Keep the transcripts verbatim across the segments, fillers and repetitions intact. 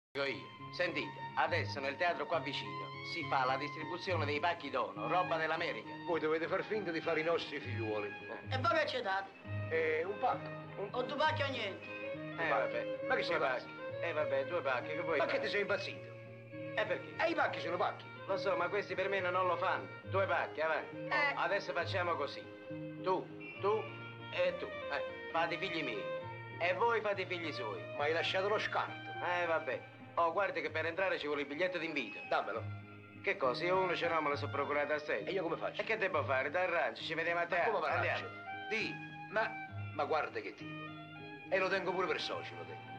Io. Sentite, adesso nel teatro qua vicino si fa la distribuzione dei pacchi dono, roba dell'America. Voi dovete far finta di fare i nostri figliuoli. E voi che ci date? Eh, un pacco. Un... O due pacchi o niente? Eh vabbè. Ma che sei due pazzo? pacchi? Eh vabbè, due pacchi, che vuoi Ma fare? che ti sei impazzito? Eh perché? E i pacchi sono pacchi. Lo so, ma questi per me non lo fanno. Due pacchi, avanti. Eh. Adesso facciamo così. Tu, tu e tu. Eh, fate i figli miei. E voi fate i figli suoi. Ma hai lasciato lo scarto. Eh vabbè. Oh, guardi che per entrare ci vuole il biglietto d'invito. Dammelo. Che cosa? Io uno ce n'ho, me lo so procurato a sé. E io come faccio? E che devo fare? Dal rancio, ci vediamo a Ma teatro. come Andiamo. faccio? Di, ma, ma guarda che tipo. E lo tengo pure per socio, lo tengo.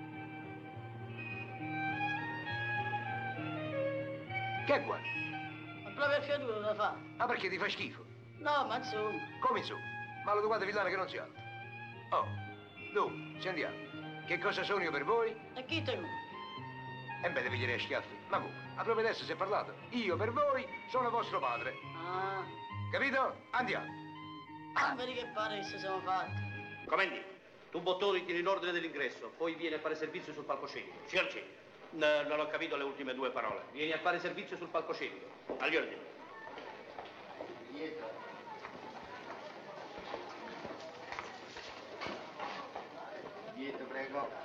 Che guarda? Ma proprio fiatura da fare? Ma perché ti fa schifo? No, ma insomma. Come insomma? Ma lo trovate villano che non si alza. Oh, dunque, ci andiamo. Che cosa sono io per voi? E chi te lo? E beh, devi dire a schiaffi. Ma come? Ma proprio adesso si è parlato. Io per voi sono vostro padre. Ah, Capito? Andiamo. ah. Vedi che pare che si siamo fatti. Comendi, tu bottoni tieni l'ordine dell'ingresso, poi vieni a fare servizio sul palcoscenico. Sì, al centro. No, non ho capito le ultime due parole. Vieni a fare servizio sul palcoscenico. Agli ordini. Biglietto. Biglietto, prego.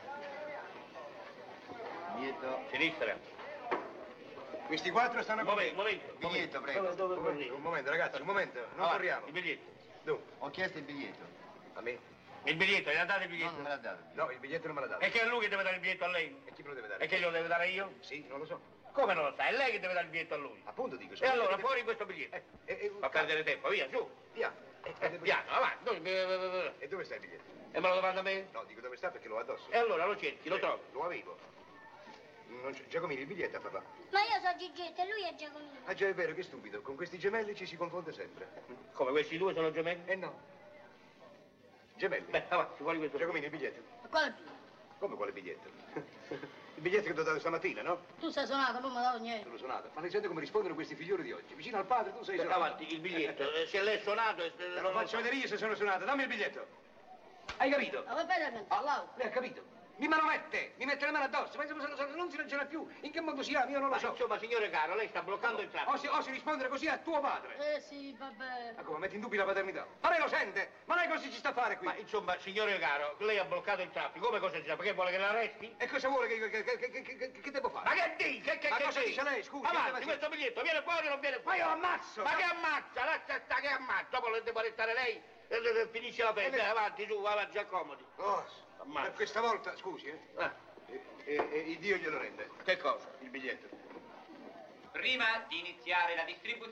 Biglietto. Sinistra. Questi quattro stanno Un con momento, un me. momento. Biglietto, Dove, prego. dove Un corri? momento, un momento, ragazzi, un momento. Non Avanti, corriamo. il biglietto. Dunque, Ho chiesto il biglietto. a me? Il biglietto, gli ha dato il biglietto? Non me l'ha dato. No, il biglietto non me l'ha dato. E che è lui che deve dare il biglietto a lei? E chi me lo deve dare? E che glielo deve dare io? Sì, non lo so. Come non lo sa? È lei che deve dare il biglietto a lui. Appunto dico. E sono io allora, che devo- fuori questo biglietto. Eh, eh, eh, Fa perdere tempo, via, su. Via. Eh, eh, devo- Piano, avanti. Dove- E dove sta il biglietto? E me lo domanda a me? No, dico dove sta perché l'ho addosso. E allora lo cerchi, lo Eh, trovi. Lo avevo. Non c'è- Giacomini, il biglietto a papà. Ma io so Gigetto e lui è Giacomino. Ah già, è vero, che stupido. Con questi gemelli ci si confonde sempre. Come, questi due sono gemelli? Eh no. Gemelli. Beh, avanti, fuori questo. Giacomini, il biglietto. Ma quale più? Come quale biglietto? Il biglietto che ti ho dato stamattina, no? Tu sei suonato, non mi ha dato niente. Sono suonato. Ma lei sente come rispondono questi figlioli di oggi? Vicino al padre tu sei Beh, suonato. avanti, il biglietto. Eh, Se lei è suonato... eh, Te non lo lo faccio so. vedere io se sono suonato. Dammi il biglietto. Hai capito? Ma va bene, Ah, Lauro. lei ha capito? Mi manomette, mi mette le mani addosso, ma insomma, se- se- non si ragiona più. In che mondo si ama? Io non lo Ma so. insomma, signore caro, lei sta bloccando il traffico. Osi, osi rispondere così a tuo padre. Eh sì, vabbè. Ma come, metti in dubbio la paternità? Ma lei lo sente? Ma lei cosa ci sta a fare qui? Ma insomma, signore caro, lei ha bloccato il traffico. Come cosa ci sta? Perché vuole che l'arresti? E cosa vuole che, che, che, che, che, che devo fare? Ma che dici? Che, che, Ma che cosa dici? dice lei, scusi? Avanti, Deve- questo biglietto viene fuori o non viene Ma fuori? io ammazzo! Ma che ammazza? Lascia sta che ammazza. Dopo le devo arrestare lei e, e, e finisce la festa. Eh, Eh, avanti, su, avanti, accomodi. Oh, Ammazza. per questa volta, scusi, eh? Ah, E, e, e il Dio glielo rende. che cosa? Il biglietto. Prima di iniziare la distribuzione